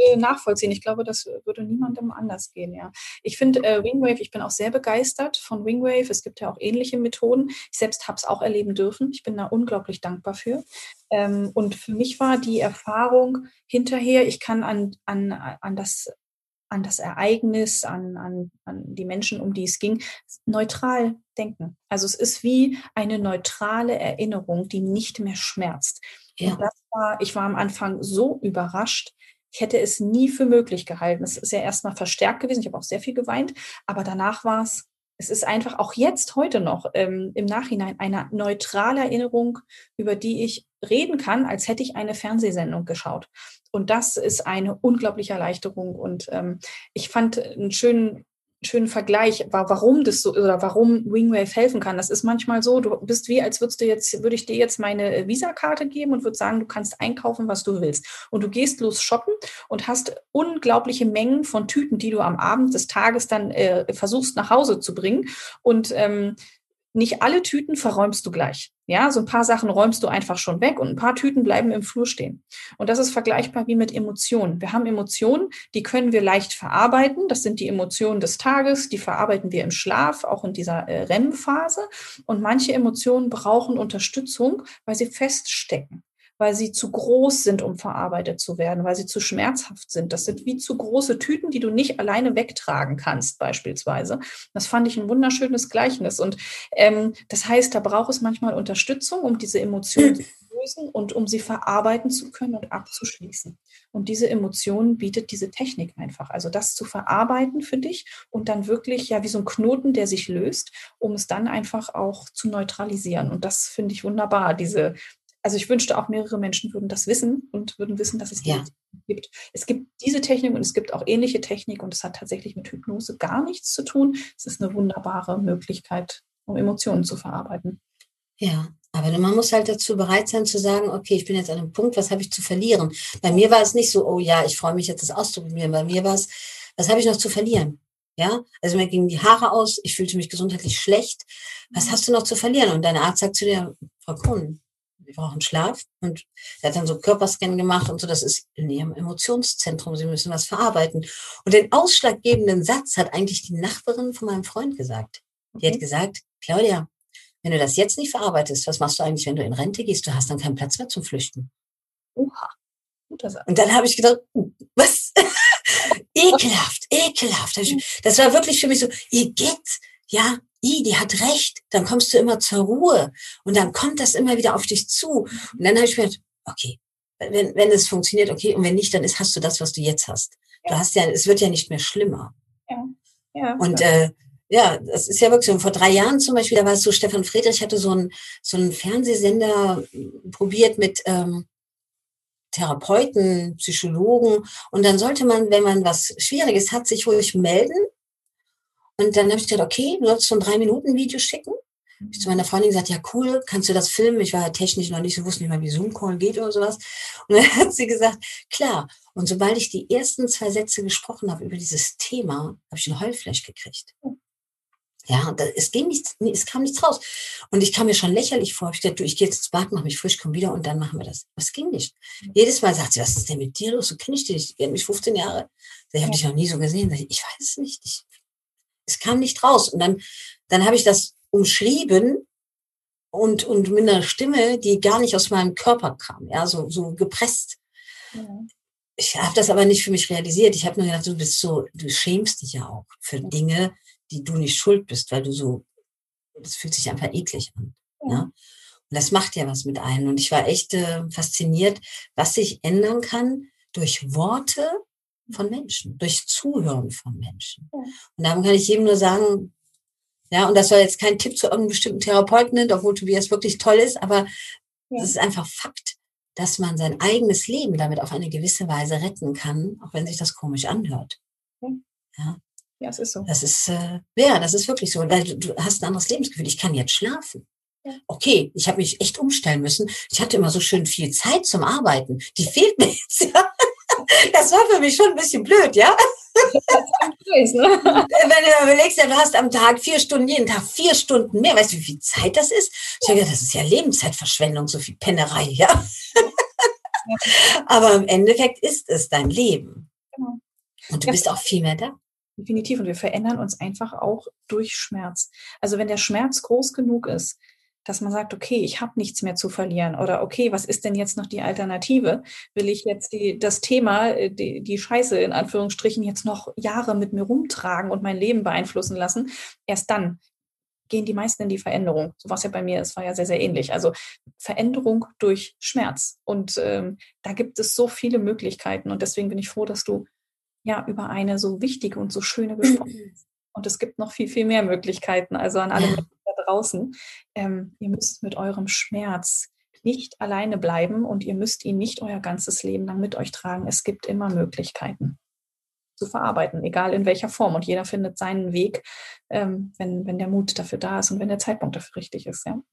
äh, nachvollziehen. Ich glaube, das würde niemandem anders gehen, ja. Ich finde äh, Wingwave, ich bin auch sehr begeistert von Wingwave. Es gibt ja auch ähnliche Methoden. Ich selbst habe es auch erleben dürfen. Ich bin da unglaublich dankbar für. Ähm, und für mich war die Erfahrung hinterher, ich kann an, an, an das an das Ereignis, an, an, an die Menschen, um die es ging, neutral denken. Also es ist wie eine neutrale Erinnerung, die nicht mehr schmerzt.
Ja.
Und das war, ich war am Anfang so überrascht, ich hätte es nie für möglich gehalten. Es ist ja erstmal verstärkt gewesen, ich habe auch sehr viel geweint, aber danach war es, es ist einfach auch jetzt, heute noch, ähm, im Nachhinein eine neutrale Erinnerung, über die ich reden kann, als hätte ich eine Fernsehsendung geschaut. Und das ist eine unglaubliche Erleichterung. Und ähm, ich fand einen schönen, schönen Vergleich, warum das so oder warum Wingwave helfen kann. Das ist manchmal so, du bist wie, als würdest du jetzt, würde ich dir jetzt meine Visakarte geben und würde sagen, du kannst einkaufen, was du willst. Und du gehst los shoppen und hast unglaubliche Mengen von Tüten, die du am Abend des Tages dann äh, versuchst nach Hause zu bringen. Und ähm, nicht alle Tüten verräumst du gleich. Ja, so ein paar Sachen räumst du einfach schon weg und ein paar Tüten bleiben im Flur stehen. Und das ist vergleichbar wie mit Emotionen. Wir haben Emotionen, die können wir leicht verarbeiten. Das sind die Emotionen des Tages, die verarbeiten wir im Schlaf, auch in dieser äh, R E M-Phase. Und manche Emotionen brauchen Unterstützung, weil sie feststecken, weil sie zu groß sind, um verarbeitet zu werden, weil sie zu schmerzhaft sind. Das sind wie zu große Tüten, die du nicht alleine wegtragen kannst, beispielsweise. Das fand ich ein wunderschönes Gleichnis. Und ähm, das heißt, da braucht es manchmal Unterstützung, um diese Emotionen zu lösen und um sie verarbeiten zu können und abzuschließen. Und diese Emotionen bietet diese Technik einfach. Also das zu verarbeiten für dich und dann wirklich ja wie so ein Knoten, der sich löst, um es dann einfach auch zu neutralisieren. Und das finde ich wunderbar, diese Also ich wünschte auch, mehrere Menschen würden das wissen und würden wissen, dass es diese
Ja.
Technik gibt. Es gibt diese Technik und es gibt auch ähnliche Technik und es hat tatsächlich mit Hypnose gar nichts zu tun. Es ist eine wunderbare Möglichkeit, um Emotionen zu verarbeiten.
Ja, aber man muss halt dazu bereit sein zu sagen, okay, ich bin jetzt an einem Punkt, was habe ich zu verlieren? Bei mir war es nicht so, oh ja, ich freue mich jetzt, das auszuprobieren. Bei mir war es, was habe ich noch zu verlieren? Ja, also mir gingen die Haare aus, ich fühlte mich gesundheitlich schlecht. Was hast du noch zu verlieren? Und dein Arzt sagt zu dir, Frau Kuhn, wir brauchen Schlaf. Und er hat dann so Körperscan gemacht und so, das ist in ihrem Emotionszentrum, sie müssen was verarbeiten. Und den ausschlaggebenden Satz hat eigentlich die Nachbarin von meinem Freund gesagt. Die
Okay.
hat gesagt, Claudia, wenn du das jetzt nicht verarbeitest, was machst du eigentlich, wenn du in Rente gehst? Du hast dann keinen Platz mehr zum Flüchten.
Oha, guter Satz.
Und dann habe ich gedacht, was? ekelhaft, ekelhaft. Das war wirklich für mich so, ihr geht, ja, I, die hat recht. Dann kommst du immer zur Ruhe. Und dann kommt das immer wieder auf dich zu. Und dann habe ich mir gedacht, okay, wenn, wenn es funktioniert, okay. Und wenn nicht, dann ist, hast du das, was du jetzt hast. Du hast ja, es wird ja nicht mehr schlimmer.
Ja, ja.
Und, äh, ja, das ist ja wirklich so. Vor drei Jahren zum Beispiel, da war es so, Stefan Friedrich hatte so einen, so einen Fernsehsender probiert mit ähm, Therapeuten, Psychologen. Und dann sollte man, wenn man was Schwieriges hat, sich ruhig melden. Und dann habe ich gedacht, okay, du sollst so ein drei-Minuten-Video schicken. Ich zu meiner Freundin gesagt, ja cool, kannst du das filmen? Ich war technisch noch nicht so, wusste nicht mal, wie Zoom-Call geht oder sowas. Und dann hat sie gesagt, klar. Und sobald ich die ersten zwei Sätze gesprochen habe über dieses Thema, habe ich ein Heulflash gekriegt. Ja, da, es ging nichts, es kam nichts raus. Und ich kam mir schon lächerlich vor. Ich dachte, du, ich gehe jetzt ins Bad, mach mich frisch, komm wieder und dann machen wir das. Aber es ging nicht. Jedes Mal sagt sie, was ist denn mit dir los? So kenne ich dich nicht. Ich kenne mich fünfzehn Jahre. Ich habe dich noch nie so gesehen. Ich weiß es nicht. Ich, es kam nicht raus. Und dann, dann habe ich das umschrieben und, und mit einer Stimme, die gar nicht aus meinem Körper kam. Ja, so, so gepresst.
Ja.
Ich habe das aber nicht für mich realisiert. Ich habe nur gedacht, du bist so, du schämst dich ja auch für Dinge, die du nicht schuld bist, weil du so, das fühlt sich einfach eklig an. Ja. Ja? Und das macht ja was mit einem. Und ich war echt äh, fasziniert, was sich ändern kann durch Worte von Menschen, durch Zuhören von Menschen. Ja. Und darum kann ich jedem nur sagen, ja, und das soll jetzt kein Tipp zu irgendeinem bestimmten Therapeuten, obwohl Tobias wirklich toll ist, aber es ist einfach Fakt, dass man sein eigenes Leben damit auf eine gewisse Weise retten kann, auch wenn sich das komisch anhört. Ja.
Ja, es ist so.
Das ist, äh, ja, das ist wirklich so, weil du, du hast ein anderes Lebensgefühl. Ich kann jetzt schlafen. Ja. Okay, ich habe mich echt umstellen müssen. Ich hatte immer so schön viel Zeit zum Arbeiten. Die fehlt mir jetzt. Ja. Das war für mich schon ein bisschen blöd, ja.
Blöd, ne?
Wenn du überlegst, du hast am Tag vier Stunden, jeden Tag vier Stunden mehr. Weißt du, wie viel Zeit das ist? Ich habe gedacht, das ist ja Lebenszeitverschwendung, so viel Pennerei, ja. Aber im Endeffekt ist es dein Leben. Und du
Ja,
bist auch viel mehr da.
definitiv. Und wir verändern uns einfach auch durch Schmerz. Also wenn der Schmerz groß genug ist, dass man sagt, okay, ich habe nichts mehr zu verlieren oder okay, was ist denn jetzt noch die Alternative? Will ich jetzt die, das Thema, die, die Scheiße in Anführungsstrichen jetzt noch Jahre mit mir rumtragen und mein Leben beeinflussen lassen? Erst dann gehen die meisten in die Veränderung. So was ja bei mir ist, war ja sehr, sehr ähnlich. Also Veränderung durch Schmerz. Und ähm, da gibt es so viele Möglichkeiten. Und deswegen bin ich froh, dass du ja über eine so wichtige und so schöne gesprochen hast. Und es gibt noch viel, viel mehr Möglichkeiten. Also an alle
Ja.
Menschen da draußen, ähm, ihr müsst mit eurem Schmerz nicht alleine bleiben und ihr müsst ihn nicht euer ganzes Leben lang mit euch tragen. Es gibt immer Möglichkeiten zu verarbeiten, egal in welcher Form. Und jeder findet seinen Weg, ähm, wenn, wenn der Mut dafür da ist und wenn der Zeitpunkt dafür richtig ist. Ja,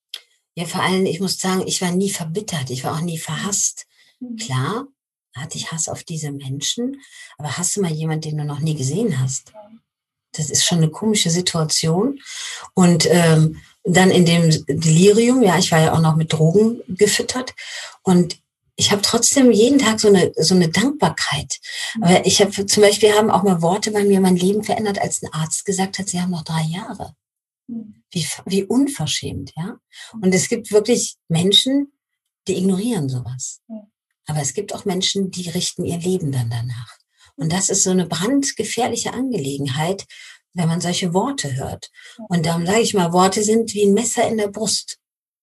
Ja, vor allem, ich muss sagen, ich war nie verbittert, ich war auch nie verhasst.
mhm.
Klar, hatte ich Hass auf diese Menschen, aber hast du mal jemanden, den du noch nie gesehen hast? Das ist schon eine komische Situation. Und ähm, dann in dem Delirium, ja, ich war ja auch noch mit Drogen gefüttert und ich habe trotzdem jeden Tag so eine so eine Dankbarkeit. Aber ich habe zum Beispiel haben auch mal Worte bei mir mein Leben verändert, als ein Arzt gesagt hat, sie haben noch drei Jahre. Wie, wie unverschämt, ja. Und es gibt wirklich Menschen, die ignorieren sowas. Aber es gibt auch Menschen, die richten ihr Leben dann danach. Und das ist so eine brandgefährliche Angelegenheit, wenn man solche Worte hört. Und darum sage ich mal, Worte sind wie ein Messer in der Brust.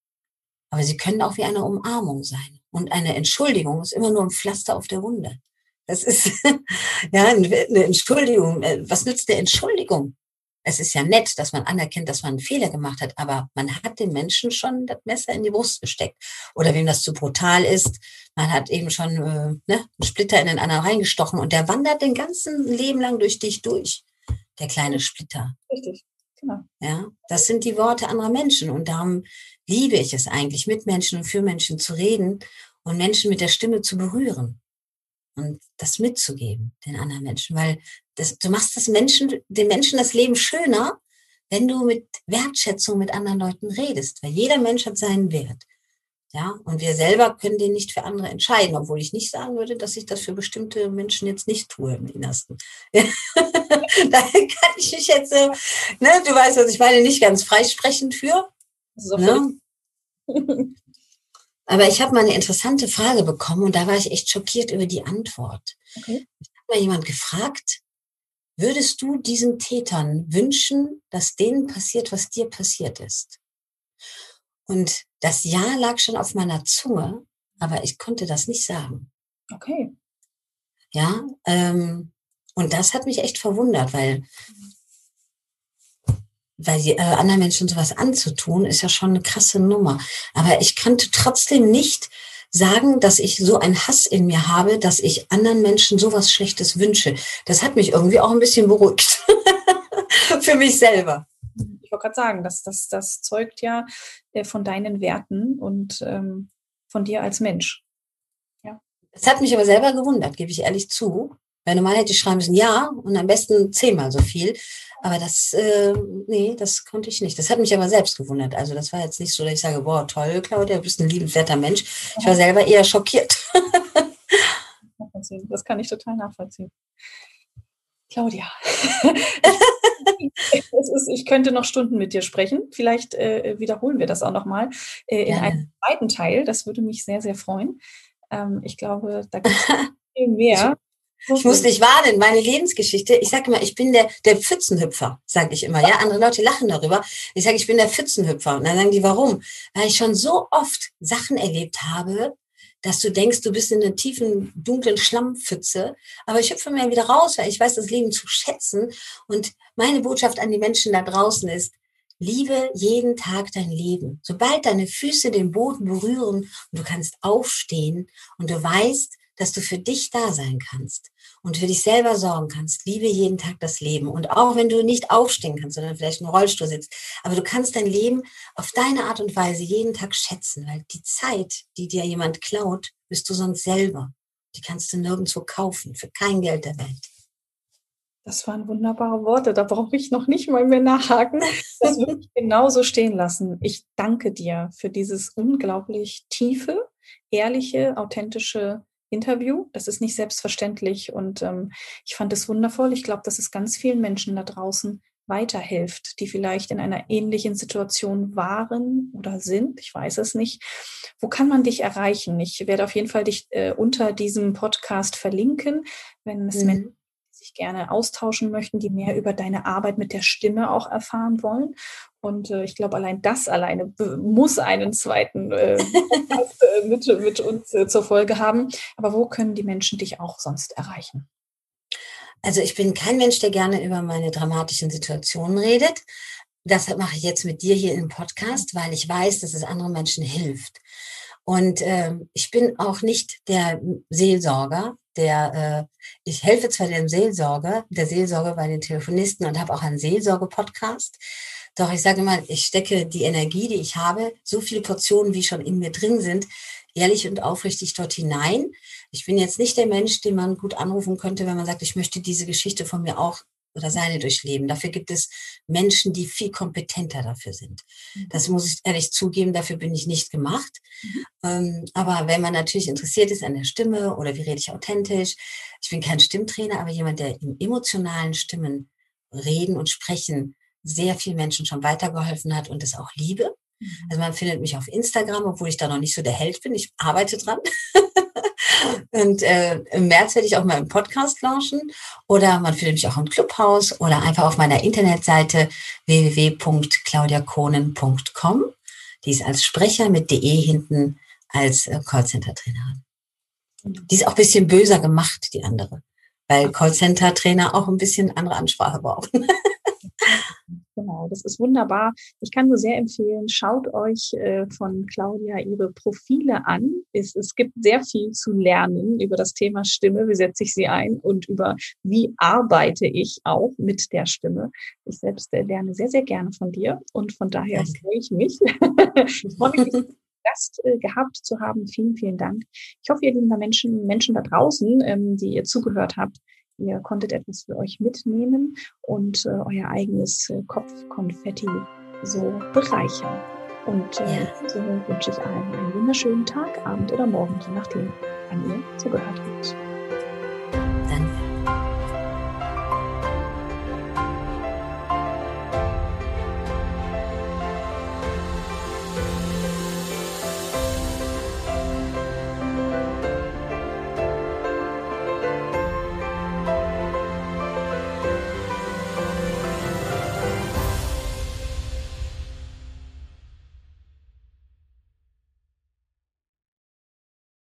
Aber sie können auch wie eine Umarmung sein. Und eine Entschuldigung ist immer nur ein Pflaster auf der Wunde. Das ist, ja, eine Entschuldigung. Was nützt eine Entschuldigung? Es ist ja nett, dass man anerkennt, dass man einen Fehler gemacht hat, aber man hat den Menschen schon das Messer in die Brust gesteckt. Oder wem das zu brutal ist, man hat eben schon äh, ne, einen Splitter in den anderen reingestochen und der wandert den ganzen Leben lang durch dich durch, der kleine Splitter.
Richtig, genau.
Ja, das sind die Worte anderer Menschen und darum liebe ich es eigentlich, mit Menschen und für Menschen zu reden und Menschen mit der Stimme zu berühren und das mitzugeben den anderen Menschen, weil das, du machst das Menschen, den Menschen das Leben schöner, wenn du mit Wertschätzung mit anderen Leuten redest, weil jeder Mensch hat seinen Wert. Ja, und wir selber können den nicht für andere entscheiden, obwohl ich nicht sagen würde, dass ich das für bestimmte Menschen jetzt nicht tue im Innersten. Ja. Da kann ich mich jetzt so, ne, du weißt, was ich meine, nicht ganz freisprechend für.
Das ist auch
Ne? Aber ich habe mal eine interessante Frage bekommen und da war ich echt schockiert über die Antwort.
Okay.
Ich habe mal jemand gefragt, würdest du diesen Tätern wünschen, dass denen passiert, was dir passiert ist? Und das Ja lag schon auf meiner Zunge, aber ich konnte das nicht sagen.
Okay.
Ja, ähm, und das hat mich echt verwundert, weil, weil die, äh, anderen Menschen sowas anzutun, ist ja schon eine krasse Nummer. Aber ich konnte trotzdem nicht sagen, dass ich so einen Hass in mir habe, dass ich anderen Menschen sowas Schlechtes wünsche. Das hat mich irgendwie auch ein bisschen beruhigt. Für mich selber.
Ich wollte gerade sagen, das, das, das zeugt ja äh, von deinen Werten und ähm, von dir als Mensch. Ja.
Das hat mich aber selber gewundert, gebe ich ehrlich zu. Weil normal hätte ich schreiben müssen, ja, und am besten zehnmal so viel. Aber das, äh, nee, das konnte ich nicht. Das hat mich aber selbst gewundert. Also das war jetzt nicht so, dass ich sage, boah, toll, Claudia, du bist ein liebenswerter Mensch. Ich war selber eher schockiert.
Das kann ich total nachvollziehen. Claudia, es ist, ich könnte noch Stunden mit dir sprechen. Vielleicht äh, wiederholen wir das auch nochmal äh, in
Gerne.
einem zweiten Teil. Das würde mich sehr, sehr freuen. Ähm, ich glaube, da gibt es viel mehr.
Ich muss dich warnen, meine Lebensgeschichte, ich sage immer, ich bin der, der Pfützenhüpfer, sage ich immer. Ja, andere Leute lachen darüber. Ich sage, ich bin der Pfützenhüpfer. Und dann sagen die, warum? Weil ich schon so oft Sachen erlebt habe, dass du denkst, du bist in einer tiefen, dunklen Schlammpfütze. Aber ich hüpfe mir wieder raus, weil ich weiß, das Leben zu schätzen. Und meine Botschaft an die Menschen da draußen ist, liebe jeden Tag dein Leben. Sobald deine Füße den Boden berühren und du kannst aufstehen und du weißt, dass du für dich da sein kannst und für dich selber sorgen kannst, liebe jeden Tag das Leben. Und auch wenn du nicht aufstehen kannst, sondern vielleicht im Rollstuhl sitzt, aber du kannst dein Leben auf deine Art und Weise jeden Tag schätzen, weil die Zeit, die dir jemand klaut, bist du sonst selber. Die kannst du nirgendwo kaufen, für kein Geld der Welt.
Das waren wunderbare Worte. Da brauche ich noch nicht mal mehr nachhaken. Das würde ich genauso stehen lassen. Ich danke dir für dieses unglaublich tiefe, ehrliche, authentische Interview. Das ist nicht selbstverständlich und ähm, ich fand es wundervoll. Ich glaube, dass es ganz vielen Menschen da draußen weiterhilft, die vielleicht in einer ähnlichen Situation waren oder sind. Ich weiß es nicht. Wo kann man dich erreichen? Ich werde auf jeden Fall dich äh, unter diesem Podcast verlinken, wenn es Menschen
Mhm.
sich gerne austauschen möchten, die mehr über deine Arbeit mit der Stimme auch erfahren wollen. Und äh, ich glaube, allein das alleine be- muss einen zweiten äh, Podcast äh, mit, mit uns äh, zur Folge haben. Aber wo können die Menschen dich auch sonst erreichen?
Also ich bin kein Mensch, der gerne über meine dramatischen Situationen redet. Das mache ich jetzt mit dir hier im Podcast, weil ich weiß, dass es anderen Menschen hilft. Und ähm, ich bin auch nicht der Seelsorger, der, äh, ich helfe zwar dem Seelsorger, der Seelsorger bei den Telefonisten und habe auch einen Seelsorge-Podcast. Doch ich sage mal, ich stecke die Energie, die ich habe, so viele Portionen, wie schon in mir drin sind, ehrlich und aufrichtig dort hinein. Ich bin jetzt nicht der Mensch, den man gut anrufen könnte, wenn man sagt, ich möchte diese Geschichte von mir auch oder seine durchleben. Dafür gibt es Menschen, die viel kompetenter dafür sind. Das muss ich ehrlich zugeben, dafür bin ich nicht gemacht.
Mhm.
Ähm, aber wenn man natürlich interessiert ist an der Stimme oder wie rede ich authentisch, ich bin kein Stimmtrainer, aber jemand, der im emotionalen Stimmen reden und sprechen sehr vielen Menschen schon weitergeholfen hat und es auch liebe.
Mhm.
Also man findet mich auf Instagram, obwohl ich da noch nicht so der Held bin. Ich arbeite dran. Und äh, im März werde ich auch mal im Podcast launchen. Oder man findet mich auch im Clubhaus oder einfach auf meiner Internetseite w w w punkt claudia kohnen punkt com. Die ist als Sprecher mit de hinten als äh, Callcenter-Trainerin. Die ist auch ein bisschen böser gemacht, die andere. Weil Callcenter-Trainer auch ein bisschen andere Ansprache brauchen.
Genau, das ist wunderbar. Ich kann nur sehr empfehlen, schaut euch äh, von Claudia ihre Profile an. Es, es gibt sehr viel zu lernen über das Thema Stimme, wie setze ich sie ein und über wie arbeite ich auch mit der Stimme. Ich selbst äh, lerne sehr, sehr gerne von dir und von daher
Danke.
freue ich mich. Ich freue mich, dich als Gast äh, gehabt zu haben. Vielen, vielen Dank. Ich hoffe, ihr lieben Menschen, Menschen da draußen, ähm, die ihr zugehört habt, ihr konntet etwas für euch mitnehmen und äh, euer eigenes äh, Kopfkonfetti so bereichern. Und äh,
Ja.
so wünsche ich allen einen wunderschönen Tag, Abend oder Morgen, je nachdem, wann ihr zugehört habt.